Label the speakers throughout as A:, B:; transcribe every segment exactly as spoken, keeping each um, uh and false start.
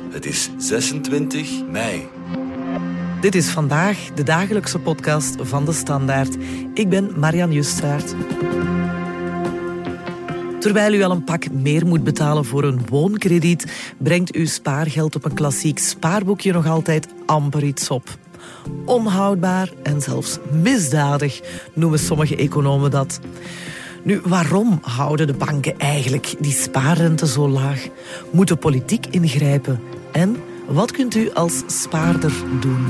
A: Het is zesentwintig mei.
B: Dit is vandaag de dagelijkse podcast van De Standaard. Ik ben Marianne Justaert. Terwijl u al een pak meer moet betalen voor een woonkrediet, brengt uw spaargeld op een klassiek spaarboekje nog altijd amper iets op. Onhoudbaar en zelfs misdadig noemen sommige economen dat. Nu, waarom houden de banken eigenlijk die spaarrente zo laag? Moet de politiek ingrijpen? En wat kunt u als spaarder doen?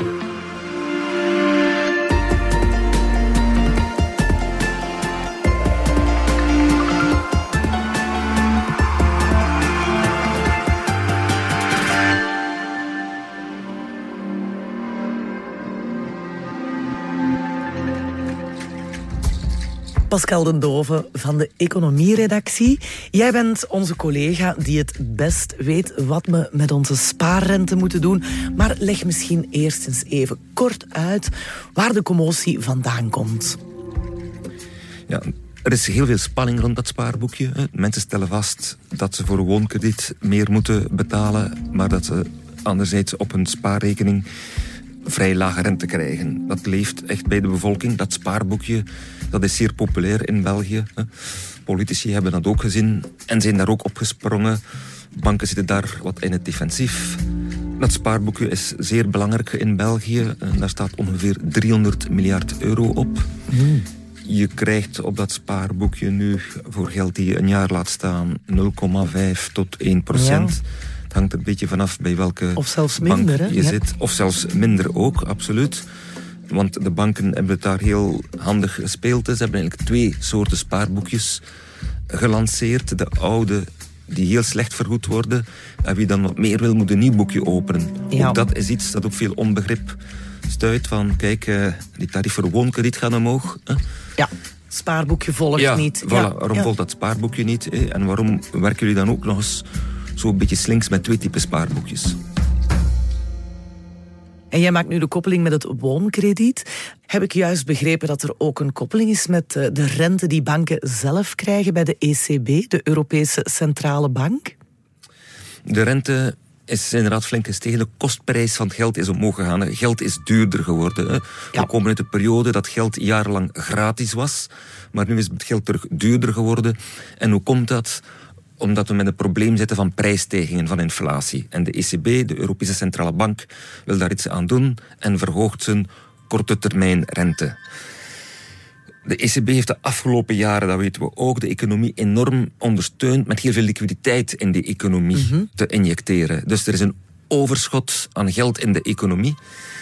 B: Pascal Den Dove van de economieredactie. Jij bent onze collega die het best weet wat we met onze spaarrente moeten doen. Maar leg misschien eerst eens even kort uit waar de commotie vandaan komt.
C: Ja, er is heel veel spanning rond dat spaarboekje. Mensen stellen vast dat ze voor een woonkrediet meer moeten betalen, maar dat ze anderzijds op hun spaarrekening vrij lage rente krijgen. Dat leeft echt bij de bevolking. Dat spaarboekje, dat is zeer populair in België. Politici hebben dat ook gezien en zijn daar ook opgesprongen. Banken zitten daar wat in het defensief. Dat spaarboekje is zeer belangrijk in België. Daar staat ongeveer driehonderd miljard euro op. Mm. Je krijgt op dat spaarboekje nu voor geld die je een jaar laat staan nul komma vijf tot één procent. Ja. Het hangt er een beetje vanaf bij welke
B: of zelfs minder,
C: bank je
B: hè?
C: zit. Of zelfs minder ook, absoluut. Want de banken hebben het daar heel handig gespeeld. Ze hebben eigenlijk twee soorten spaarboekjes gelanceerd. De oude, die heel slecht vergoed worden. En wie dan wat meer wil, moet een nieuw boekje openen. Ja. Ook dat is iets dat op veel onbegrip stuit. Van, kijk, uh, die tarief voor woonkrediet gaat omhoog. Huh?
B: Ja, spaarboekje volgt
C: ja,
B: niet.
C: Voilà,
B: ja,
C: waarom
B: ja.
C: volgt dat spaarboekje niet? Hè? En waarom werken jullie dan ook nog eens zo'n beetje slinks met twee typen spaarboekjes?
B: En jij maakt nu de koppeling met het woonkrediet. Heb ik juist begrepen dat er ook een koppeling is met de rente die banken zelf krijgen bij de E C B, de Europese Centrale Bank?
C: De rente is inderdaad flink gestegen. De kostprijs van het geld is omhoog gegaan. Geld is duurder geworden. Hè. Ja. We komen uit een periode dat geld jarenlang gratis was. Maar nu is het geld terug duurder geworden. En hoe komt dat? Omdat we met een probleem zitten van prijsstijgingen, van inflatie. En de E C B, de Europese Centrale Bank, wil daar iets aan doen en verhoogt zijn korte termijn rente. De E C B heeft de afgelopen jaren, dat weten we ook, de economie enorm ondersteund met heel veel liquiditeit in die economie mm-hmm. te injecteren. Dus er is een overschot aan geld in de economie.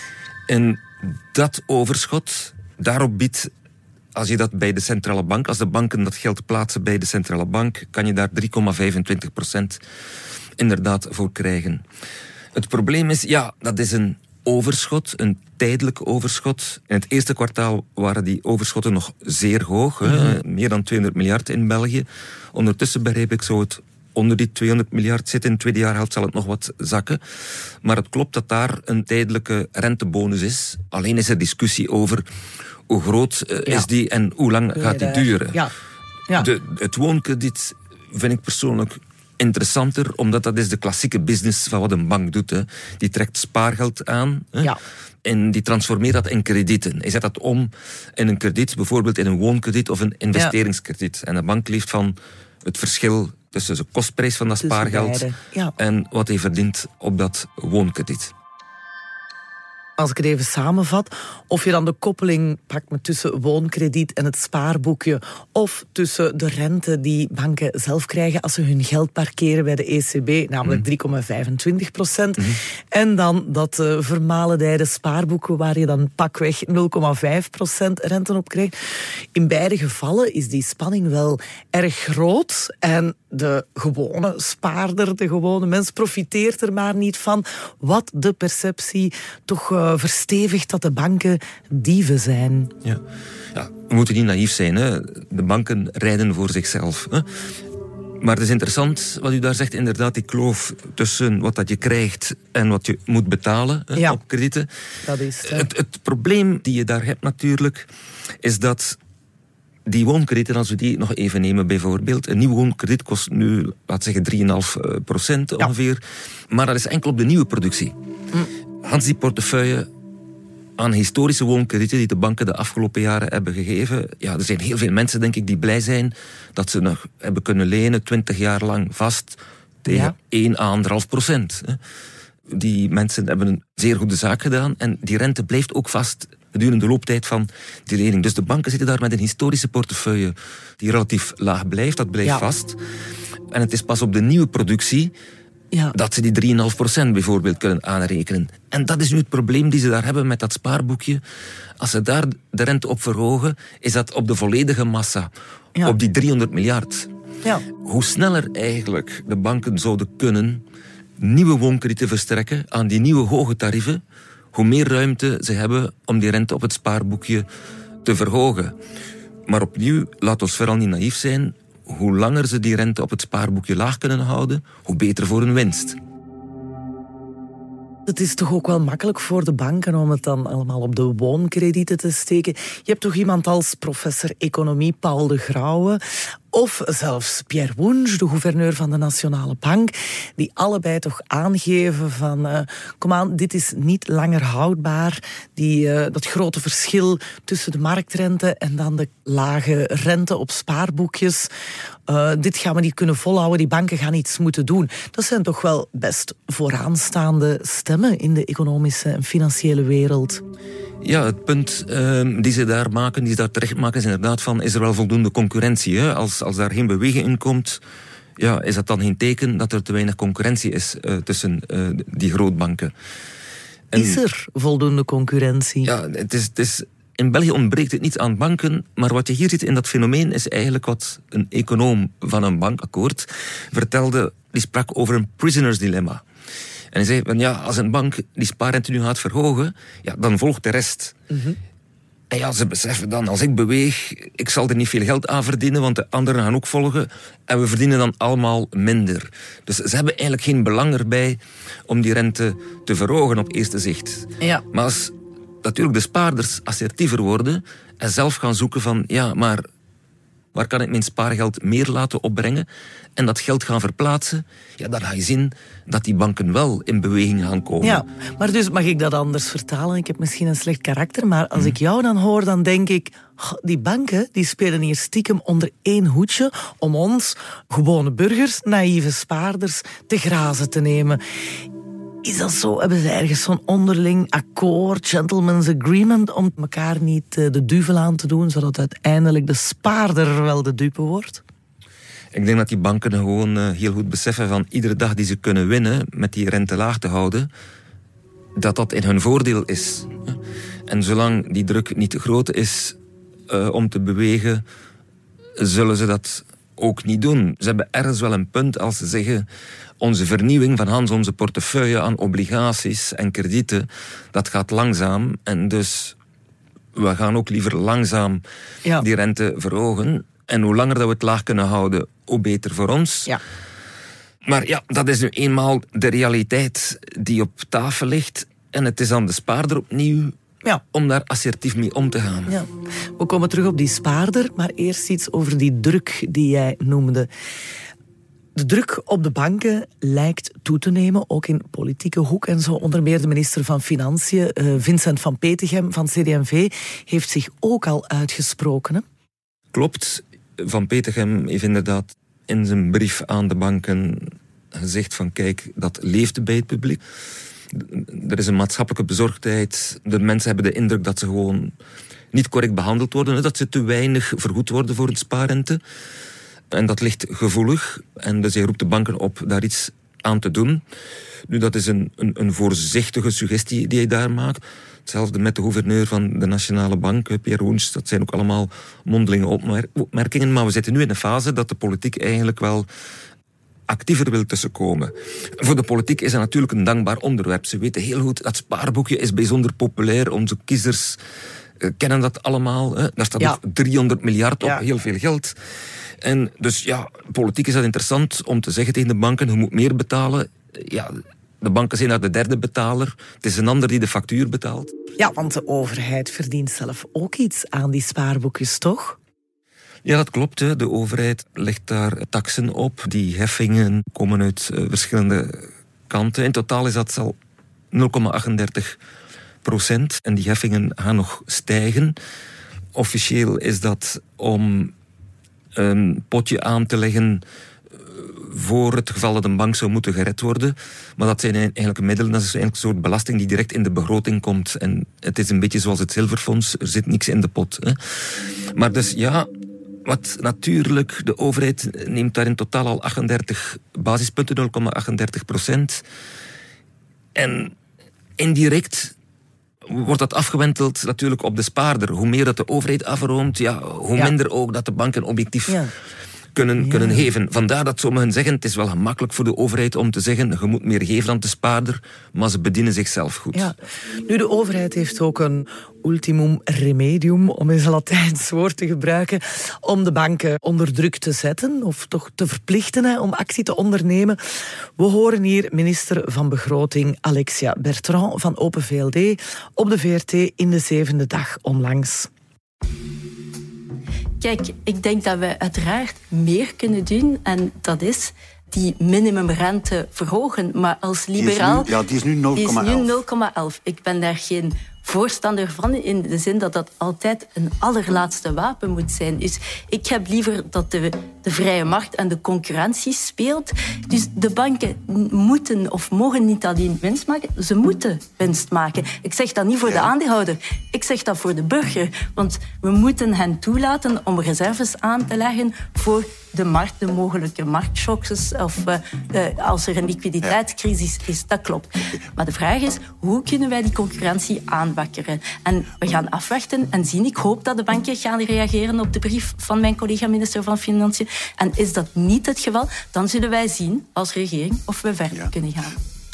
C: En dat overschot, daarop biedt, als je dat bij de centrale bank, als de banken dat geld plaatsen bij de centrale bank, kan je daar drie komma vijfentwintig procent inderdaad voor krijgen. Het probleem is, ja, dat is een overschot, een tijdelijk overschot. In het eerste kwartaal waren die overschotten nog zeer hoog, mm-hmm. hè, meer dan tweehonderd miljard in België. Ondertussen begrijp ik, zou het onder die tweehonderd miljard zitten. In het tweede jaarhelft zal het nog wat zakken. Maar het klopt dat daar een tijdelijke rentebonus is. Alleen is er discussie over hoe groot uh, ja. is die en hoe lang gaat die duren. Ja. Ja. De, het woonkrediet vind ik persoonlijk interessanter, omdat dat is de klassieke business van wat een bank doet. Hè. Die trekt spaargeld aan hè, ja. en die transformeert dat in kredieten. Hij zet dat om in een krediet, bijvoorbeeld in een woonkrediet of een investeringskrediet. Ja. En de bank leeft van het verschil tussen de kostprijs van dat spaargeld ja. en wat hij verdient op dat woonkrediet.
B: Als ik het even samenvat, of je dan de koppeling pakt met tussen woonkrediet en het spaarboekje, of tussen de rente die banken zelf krijgen als ze hun geld parkeren bij de E C B, namelijk drie komma vijfentwintig procent, mm-hmm. en dan dat uh, vermalendijde spaarboeken waar je dan pakweg nul komma vijf procent rente op krijgt. In beide gevallen is die spanning wel erg groot en de gewone spaarder, de gewone mens, profiteert er maar niet van, wat de perceptie toch uh, verstevigt dat de banken dieven zijn.
C: Ja. Ja, we moeten niet naïef zijn. Hè. De banken rijden voor zichzelf. Hè. Maar het is interessant wat u daar zegt, inderdaad, die kloof tussen wat dat je krijgt en wat je moet betalen hè, ja, op kredieten.
B: Dat is het.
C: Het, het probleem die je daar hebt natuurlijk, is dat die woonkredieten, als we die nog even nemen bijvoorbeeld. Een nieuw woonkrediet kost nu, laat zeggen, drie komma vijf procent ongeveer. Ja. Maar dat is enkel op de nieuwe productie. Mm. Hans die portefeuille aan historische woonkredieten die de banken de afgelopen jaren hebben gegeven. Ja, er zijn heel veel mensen, denk ik, die blij zijn dat ze nog hebben kunnen lenen twintig jaar lang vast tegen ja. één à anderhalf procent. Die mensen hebben een zeer goede zaak gedaan en die rente blijft ook vast gedurende de looptijd van die lening. Dus de banken zitten daar met een historische portefeuille die relatief laag blijft, dat blijft ja. vast. En het is pas op de nieuwe productie ja. dat ze die drie komma vijf procent bijvoorbeeld kunnen aanrekenen. En dat is nu het probleem die ze daar hebben met dat spaarboekje. Als ze daar de rente op verhogen, is dat op de volledige massa, ja. op die driehonderd miljard. Ja. Hoe sneller eigenlijk de banken zouden kunnen nieuwe woonkredieten verstrekken aan die nieuwe hoge tarieven, hoe meer ruimte ze hebben om die rente op het spaarboekje te verhogen. Maar opnieuw, laat ons vooral niet naïef zijn, hoe langer ze die rente op het spaarboekje laag kunnen houden, hoe beter voor hun winst.
B: Het is toch ook wel makkelijk voor de banken om het dan allemaal op de woonkredieten te steken. Je hebt toch iemand als professor economie Paul de Grauwe of zelfs Pierre Wunsch, de gouverneur van de Nationale Bank, die allebei toch aangeven van uh, kom aan, dit is niet langer houdbaar. Die, uh, dat grote verschil tussen de marktrente en dan de lage rente op spaarboekjes. Uh, dit gaan we niet kunnen volhouden, die banken gaan iets moeten doen. Dat zijn toch wel best vooraanstaande stemmen in de economische en financiële wereld.
C: Ja, het punt uh, die ze daar maken, die ze daar terecht maken, is inderdaad van, is er wel voldoende concurrentie? Hè? Als, als daar geen beweging in komt, ja, is dat dan geen teken dat er te weinig concurrentie is uh, tussen uh, die grootbanken?
B: En, is er voldoende concurrentie?
C: Ja, het is, het is, in België ontbreekt het niet aan banken, maar wat je hier ziet in dat fenomeen is eigenlijk wat een econoom van een bankakkoord vertelde, die sprak over een prisoner's dilemma. En hij zei, van, ja, als een bank die spaarrente nu gaat verhogen, ja, dan volgt de rest. Mm-hmm. En ja, ze beseffen dan, als ik beweeg, ik zal er niet veel geld aan verdienen, want de anderen gaan ook volgen. En we verdienen dan allemaal minder. Dus ze hebben eigenlijk geen belang erbij om die rente te verhogen op eerste zicht. Ja. Maar als natuurlijk de spaarders assertiever worden en zelf gaan zoeken van, ja, maar waar kan ik mijn spaargeld meer laten opbrengen en dat geld gaan verplaatsen, ja, dan ga je zien dat die banken wel in beweging gaan komen.
B: Ja, maar dus mag ik dat anders vertalen? Ik heb misschien een slecht karakter, maar als hmm. ik jou dan hoor, dan denk ik, die banken die spelen hier stiekem onder één hoedje om ons, gewone burgers, naïeve spaarders, te grazen te nemen. Is dat zo? Hebben ze ergens zo'n onderling akkoord, gentleman's agreement, om elkaar niet de duvel aan te doen, zodat uiteindelijk de spaarder wel de dupe wordt?
C: Ik denk dat die banken gewoon uh, heel goed beseffen van iedere dag die ze kunnen winnen met die rente laag te houden, dat dat in hun voordeel is. En zolang die druk niet te groot is uh, om te bewegen, zullen ze dat ook niet doen. Ze hebben ergens wel een punt als ze zeggen, onze vernieuwing van Hans, onze portefeuille aan obligaties en kredieten, dat gaat langzaam. En dus we gaan ook liever langzaam ja. die rente verhogen. En hoe langer dat we het laag kunnen houden, hoe beter voor ons. Ja. Maar ja, dat is nu eenmaal de realiteit die op tafel ligt. En het is aan de spaarder opnieuw ja. om daar assertief mee om te gaan.
B: Ja. We komen terug op die spaarder, maar eerst iets over die druk die jij noemde. De druk op de banken lijkt toe te nemen, ook in politieke hoek en zo. Onder meer de minister van Financiën, Vincent van Petegem van C D en V, heeft zich ook al uitgesproken. Hè?
C: Klopt. Van Petegem heeft inderdaad in zijn brief aan de banken gezegd van kijk, dat leeft bij het publiek. Er is een maatschappelijke bezorgdheid. De mensen hebben de indruk dat ze gewoon niet correct behandeld worden. Dat ze te weinig vergoed worden voor een spaarrente. En dat ligt gevoelig. En dus hij roept de banken op daar iets aan te doen. Nu, dat is een, een, een voorzichtige suggestie die hij daar maakt. Hetzelfde met de gouverneur van de Nationale Bank, Pierre Wunsch. Dat zijn ook allemaal mondelinge opmerkingen. Maar we zitten nu in een fase dat de politiek eigenlijk wel actiever wil tussenkomen. Voor de politiek is dat natuurlijk een dankbaar onderwerp. Ze weten heel goed, dat spaarboekje is bijzonder populair. Onze kiezers uh, kennen dat allemaal. Hè. Daar staat ja. ook driehonderd miljard op, ja. heel veel geld. En dus ja, politiek is dat interessant om te zeggen tegen de banken, je moet meer betalen. Ja, de banken zijn daar de derde betaler. Het is een ander die de factuur betaalt.
B: Ja, want de overheid verdient zelf ook iets aan die spaarboekjes, toch?
C: Ja, dat klopt. Hè. De overheid legt daar taksen op. Die heffingen komen uit uh, verschillende kanten. In totaal is dat al nul komma achtendertig procent. En die heffingen gaan nog stijgen. Officieel is dat om een potje aan te leggen voor het geval dat een bank zou moeten gered worden. Maar dat zijn eigenlijk middelen, dat is eigenlijk een soort belasting die direct in de begroting komt. En het is een beetje zoals het Zilverfonds, er zit niks in de pot. Hè. Maar dus ja, wat natuurlijk, de overheid neemt daar in totaal al achtendertig basispunten, nul komma achtendertig procent. En indirect wordt dat afgewenteld natuurlijk op de spaarder. Hoe meer dat de overheid afroomt, ja, hoe ja. minder ook dat de banken objectief ja. kunnen, ja. kunnen geven. Vandaar dat sommigen zeggen, het is wel gemakkelijk voor de overheid om te zeggen, je moet meer geven dan de spaarder, maar ze bedienen zichzelf goed. Ja.
B: Nu, de overheid heeft ook een ultimum remedium, om eens een Latijns woord te gebruiken, om de banken onder druk te zetten, of toch te verplichten hè, om actie te ondernemen. We horen hier minister van Begroting Alexia Bertrand van Open V L D op de V R T in de zevende dag onlangs.
D: Kijk, ik denk dat we uiteraard meer kunnen doen en dat is die minimumrente verhogen. Maar als liberaal...
E: Die is nu, ja, die is nu nul
D: komma elf. Ik ben daar geen voorstander van, in de zin dat dat altijd een allerlaatste wapen moet zijn. Dus ik heb liever dat de, de vrije markt en de concurrentie speelt. Dus de banken moeten of mogen niet alleen winst maken, ze moeten winst maken. Ik zeg dat niet voor de aandeelhouder, ik zeg dat voor de burger. Want we moeten hen toelaten om reserves aan te leggen voor de markt, de mogelijke marktshocks of uh, uh, als er een liquiditeitscrisis is, dat klopt. Maar de vraag is, hoe kunnen wij die concurrentie aanwakkeren? En we gaan afwachten en zien. Ik hoop dat de banken gaan reageren op de brief van mijn collega minister van Financiën. En is dat niet het geval, dan zullen wij zien als regering of we verder ja. kunnen gaan.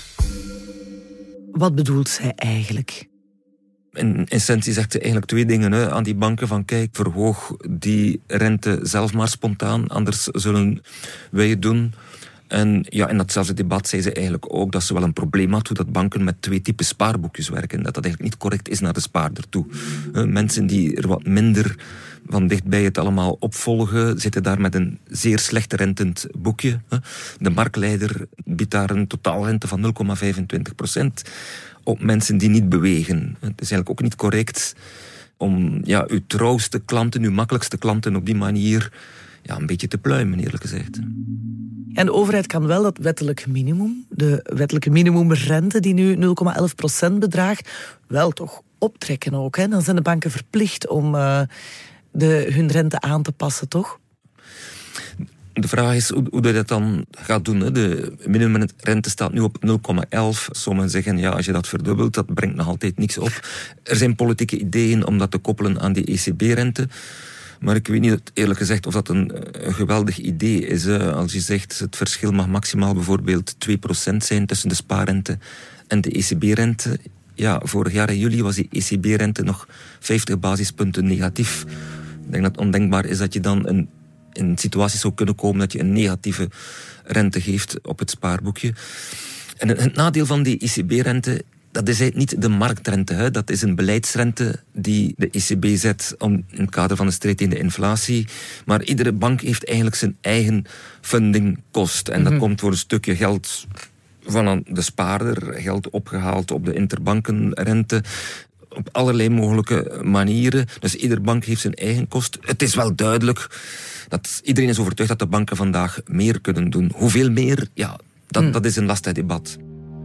B: Wat bedoelt zij eigenlijk?
C: In essentie zegt ze eigenlijk twee dingen hè, aan die banken. Van kijk, verhoog die rente zelf maar spontaan, anders zullen wij het doen. En ja, in datzelfde debat zei ze eigenlijk ook dat ze wel een probleem had hoe dat banken met twee typen spaarboekjes werken. Dat dat eigenlijk niet correct is naar de spaarder toe. Mensen die er wat minder van dichtbij het allemaal opvolgen, zitten daar met een zeer slecht rentend boekje. De marktleider biedt daar een totaalrente van nul komma vijfentwintig procent op mensen die niet bewegen. Het is eigenlijk ook niet correct om ja, uw trouwste klanten, uw makkelijkste klanten op die manier ja, een beetje te pluimen, eerlijk gezegd.
B: En de overheid kan wel dat wettelijk minimum, de wettelijke minimumrente die nu nul komma elf procent bedraagt, wel toch optrekken ook. Hè? Dan zijn de banken verplicht om uh, de, hun rente aan te passen, toch?
C: De vraag is hoe, hoe je dat dan gaat doen. Hè. De minimumrente staat nu op nul komma elf. Sommigen zeggen, ja, als je dat verdubbelt, dat brengt nog altijd niks op. Er zijn politieke ideeën om dat te koppelen aan die E C B-rente. Maar ik weet niet, eerlijk gezegd, of dat een, een geweldig idee is. Hè. Als je zegt, het verschil mag maximaal bijvoorbeeld twee procent zijn tussen de spaarrente en de E C B-rente. Ja, vorig jaar in juli was die E C B-rente nog vijftig basispunten negatief. Ik denk dat het ondenkbaar is dat je dan een in een situatie zou kunnen komen dat je een negatieve rente geeft op het spaarboekje. En het nadeel van die E C B-rente, dat is niet de marktrente. Hè. Dat is een beleidsrente die de E C B zet om, in het kader van de strijd tegen de inflatie. Maar iedere bank heeft eigenlijk zijn eigen fundingkost. En dat mm-hmm. komt voor een stukje geld van de spaarder, geld opgehaald op de interbankenrente, op allerlei mogelijke manieren. Dus iedere bank heeft zijn eigen kost. Het is wel duidelijk dat iedereen is overtuigd dat de banken vandaag meer kunnen doen. Hoeveel meer? Ja, dat, hmm. dat is een lastig debat.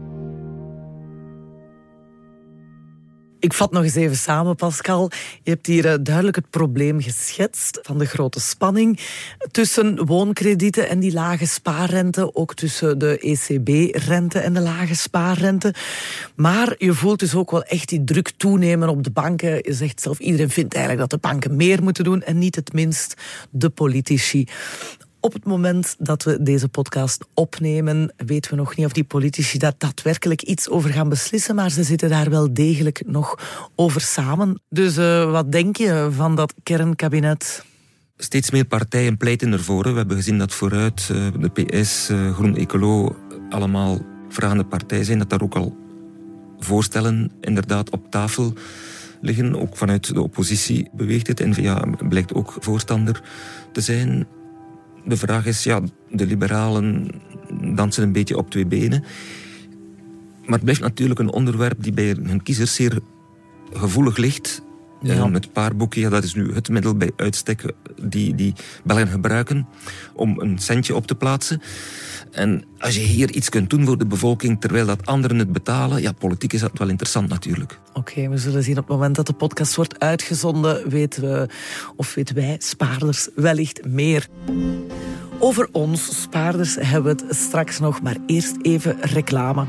B: Ik vat nog eens even samen, Pascal. Je hebt hier duidelijk het probleem geschetst van de grote spanning tussen woonkredieten en die lage spaarrente, ook tussen de E C B-rente en de lage spaarrente. Maar je voelt dus ook wel echt die druk toenemen op de banken. Je zegt zelf, iedereen vindt eigenlijk dat de banken meer moeten doen en niet het minst de politici. Op het moment dat we deze podcast opnemen, weten we nog niet of die politici daar daadwerkelijk iets over gaan beslissen, maar ze zitten daar wel degelijk nog over samen. Dus uh, wat denk je van dat kernkabinet?
C: Steeds meer partijen pleiten ervoor. We hebben gezien dat vooruit uh, de P S, uh, Groen Ecolo, allemaal vragende partijen zijn, dat daar ook al voorstellen inderdaad op tafel liggen. Ook vanuit de oppositie beweegt het. N V A blijkt ook voorstander te zijn. De vraag is, ja, de liberalen dansen een beetje op twee benen. Maar het blijft natuurlijk een onderwerp die bij hun kiezers zeer gevoelig ligt. Ja. Uh, het spaarboekje, ja, dat is nu het middel bij uitstek die, die Belgen gebruiken om een centje op te plaatsen. En als je hier iets kunt doen voor de bevolking terwijl dat anderen het betalen, ja, politiek is dat wel interessant natuurlijk.
B: Oké, okay, we zullen zien op het moment dat de podcast wordt uitgezonden, weten we, of weten wij, spaarders, wellicht meer. Over ons, spaarders, hebben we het straks nog, maar eerst even reclame.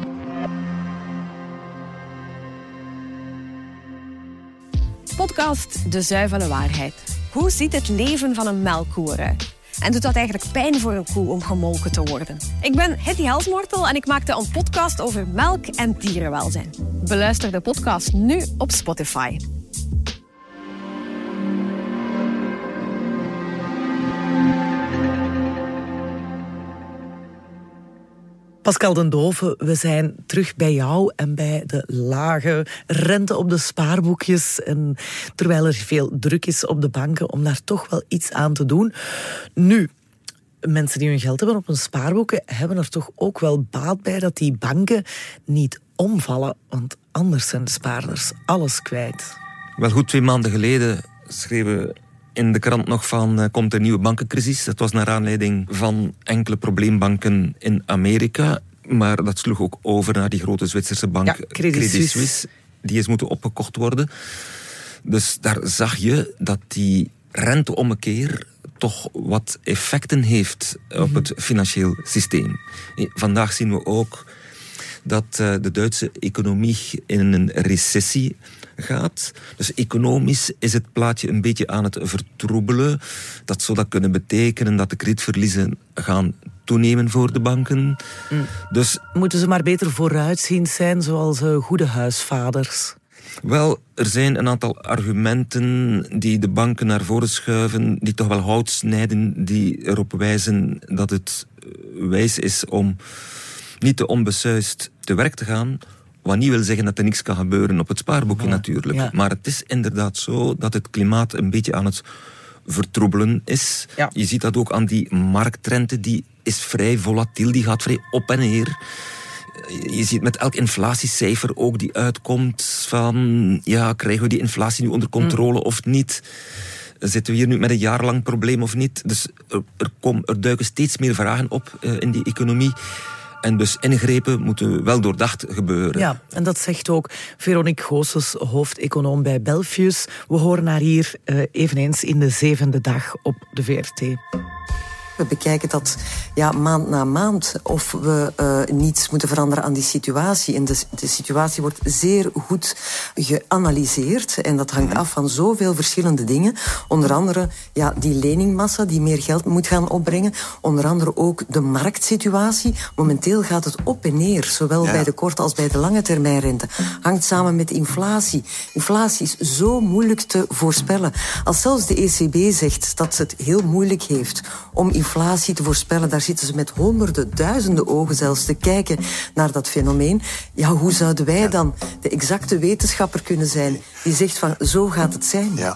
E: Podcast De Zuivele Waarheid. Hoe ziet het leven van een melkkoe eruit? En doet dat eigenlijk pijn voor een koe om gemolken te worden? Ik ben Hetty Helsmoortel en ik maakte een podcast over melk en dierenwelzijn. Beluister de podcast nu op Spotify.
B: Pascal Den Dove, we zijn terug bij jou en bij de lage rente op de spaarboekjes. En terwijl er veel druk is op de banken om daar toch wel iets aan te doen. Nu, mensen die hun geld hebben op een spaarboeken hebben er toch ook wel baat bij dat die banken niet omvallen. Want anders zijn de spaarders alles kwijt.
C: Wel goed, twee maanden geleden schreven in de krant nog van, uh, komt er een nieuwe bankencrisis. Dat was naar aanleiding van enkele probleembanken in Amerika. Maar dat sloeg ook over naar die grote Zwitserse bank,
B: ja, Credit, Credit Suisse.
C: Suisse. Die is moeten opgekocht worden. Dus daar zag je dat die renteommekeer toch wat effecten heeft mm-hmm. op het financieel systeem. Vandaag zien we ook dat uh, de Duitse economie in een recessie gaat. Dus economisch is het plaatje een beetje aan het vertroebelen. Dat zou dat kunnen betekenen dat de kredietverliezen gaan toenemen voor de banken.
B: Mm.
C: Dus
B: moeten ze maar beter vooruitziend zijn, zoals uh, goede huisvaders?
C: Wel, er zijn een aantal argumenten die de banken naar voren schuiven, die toch wel hout snijden, die erop wijzen dat het wijs is om niet te onbesuisd te werk te gaan. Wat niet wil zeggen dat er niks kan gebeuren op het spaarboekje, ja, natuurlijk. Ja. Maar het is inderdaad zo dat het klimaat een beetje aan het vertroebelen is.
B: Ja.
C: Je ziet dat ook aan die marktrente, die is vrij volatiel, die gaat vrij op en neer. Je ziet met elk inflatiecijfer ook die uitkomt van, ja, krijgen we die inflatie nu onder controle mm. of niet? Zitten we hier nu met een jarenlang probleem of niet? Dus er, er, kom, er duiken steeds meer vragen op uh, in die economie. En dus ingrepen moeten wel doordacht gebeuren.
B: Ja, en dat zegt ook Veronique Goossens, hoofdeconoom bij Belfius. We horen haar hier uh, eveneens in de zevende dag op de V R T.
F: We bekijken dat ja, maand na maand of we uh, niets moeten veranderen aan die situatie. En de, de situatie wordt zeer goed geanalyseerd. En dat hangt af van zoveel verschillende dingen. Onder andere ja, die leningmassa die meer geld moet gaan opbrengen. Onder andere ook de marktsituatie. Momenteel gaat het op en neer, zowel ja. bij de korte als bij de lange termijnrente. Hangt samen met inflatie. Inflatie is zo moeilijk te voorspellen. Als zelfs de E C B zegt dat ze het heel moeilijk heeft om inflatie te voorspellen, daar zitten ze met honderden, duizenden ogen zelfs te kijken naar dat fenomeen. Ja, hoe zouden wij dan de exacte wetenschapper kunnen zijn die zegt van zo gaat het zijn?
G: Ja.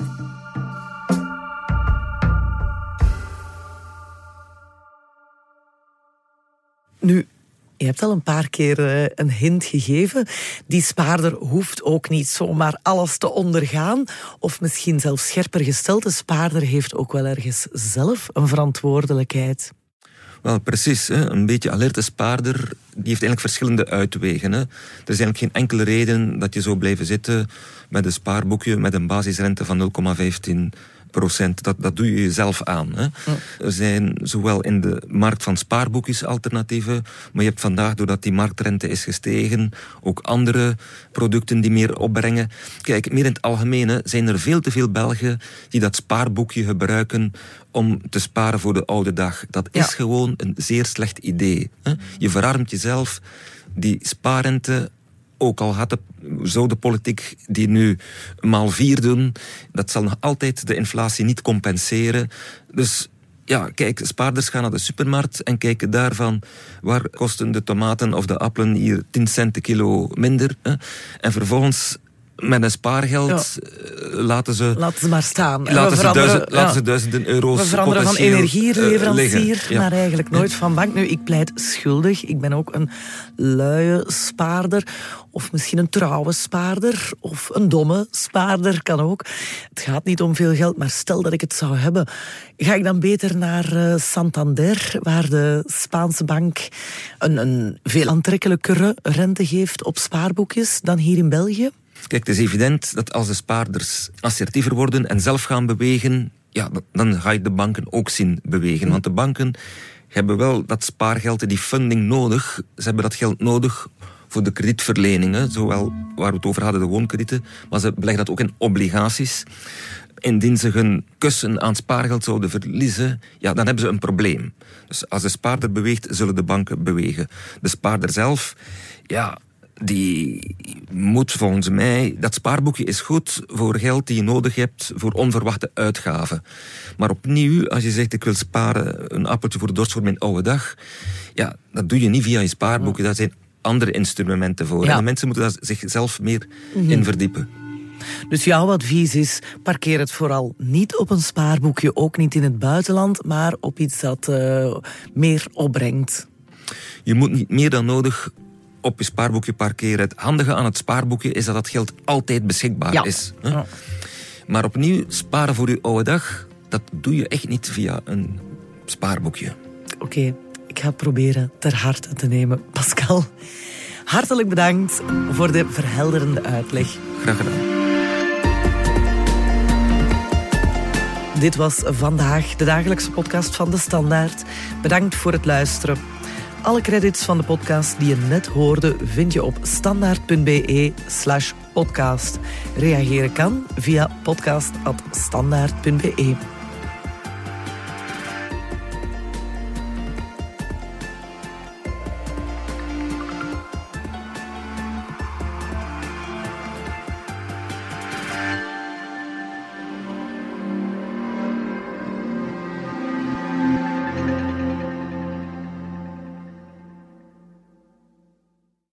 B: Nu, je hebt al een paar keer uh, een hint gegeven. Die spaarder hoeft ook niet zomaar alles te ondergaan. Of misschien zelfs scherper gesteld, de spaarder heeft ook wel ergens zelf een verantwoordelijkheid.
C: Wel, precies. Hè. Een beetje alerte spaarder, die heeft eigenlijk verschillende uitwegen. Hè. Er is eigenlijk geen enkele reden dat je zou blijven zitten met een spaarboekje met een basisrente van nul komma vijftien procent. Dat, dat doe je jezelf aan. Hè. Ja. Er zijn zowel in de markt van spaarboekjes alternatieven, maar je hebt vandaag, doordat die marktrente is gestegen, ook andere producten die meer opbrengen. Kijk, meer in het algemeen hè, zijn er veel te veel Belgen die dat spaarboekje gebruiken om te sparen voor de oude dag. Dat is ja. gewoon een zeer slecht idee. Hè. Je verarmt jezelf. Die spaarrente, ook al had de, zou de politiek die nu maal vier doen, dat zal nog altijd de inflatie niet compenseren. Dus ja, kijk, spaarders gaan naar de supermarkt en kijken daarvan waar kosten de tomaten of de appelen hier tien cent de kilo minder. Hè? En vervolgens met een spaargeld ja. laten ze...
B: Laten ze maar staan.
C: Laten, ze, duizend, ja. laten ze duizenden euro's
B: We veranderen van energieleverancier
C: ja.
B: naar eigenlijk nooit van bank. Nu, ik pleit schuldig. Ik ben ook een luie spaarder. Of misschien een trouwe spaarder. Of een domme spaarder, kan ook. Het gaat niet om veel geld, maar stel dat ik het zou hebben. Ga ik dan beter naar uh, Santander, waar de Spaanse bank een, een veel aantrekkelijkere rente geeft op spaarboekjes dan hier in België?
C: Kijk, het is evident dat als de spaarders assertiever worden en zelf gaan bewegen, ja, dan ga je de banken ook zien bewegen. Want de banken hebben wel dat spaargeld, die funding nodig. Ze hebben dat geld nodig voor de kredietverleningen, zowel waar we het over hadden, de woonkredieten, maar ze beleggen dat ook in obligaties. Indien ze hun kussen aan spaargeld zouden verliezen, ja, dan hebben ze een probleem. Dus als de spaarder beweegt, zullen de banken bewegen. De spaarder zelf, ja, die moet volgens mij... Dat spaarboekje is goed voor geld die je nodig hebt voor onverwachte uitgaven. Maar opnieuw, als je zegt ik wil sparen een appeltje voor de dorst voor mijn oude dag, ja, dat doe je niet via je spaarboekje. Daar zijn andere instrumenten voor. Ja. En de mensen moeten daar zichzelf meer mm-hmm. in verdiepen.
B: Dus jouw advies is, parkeer het vooral niet op een spaarboekje, ook niet in het buitenland, maar op iets dat uh, meer opbrengt.
C: Je moet niet meer dan nodig op je spaarboekje parkeren. Het handige aan het spaarboekje is dat dat geld altijd beschikbaar
B: ja.
C: is. Hè? Ja. Maar opnieuw, sparen voor je oude dag, dat doe je echt niet via een spaarboekje.
B: Oké, okay, ik ga het proberen ter harte te nemen. Pascal, hartelijk bedankt voor de verhelderende uitleg.
C: Graag gedaan.
B: Dit was vandaag de dagelijkse podcast van De Standaard. Bedankt voor het luisteren. Alle credits van de podcast die je net hoorde vind je op standaard.be slash podcast. Reageren kan via podcast at standaard.be.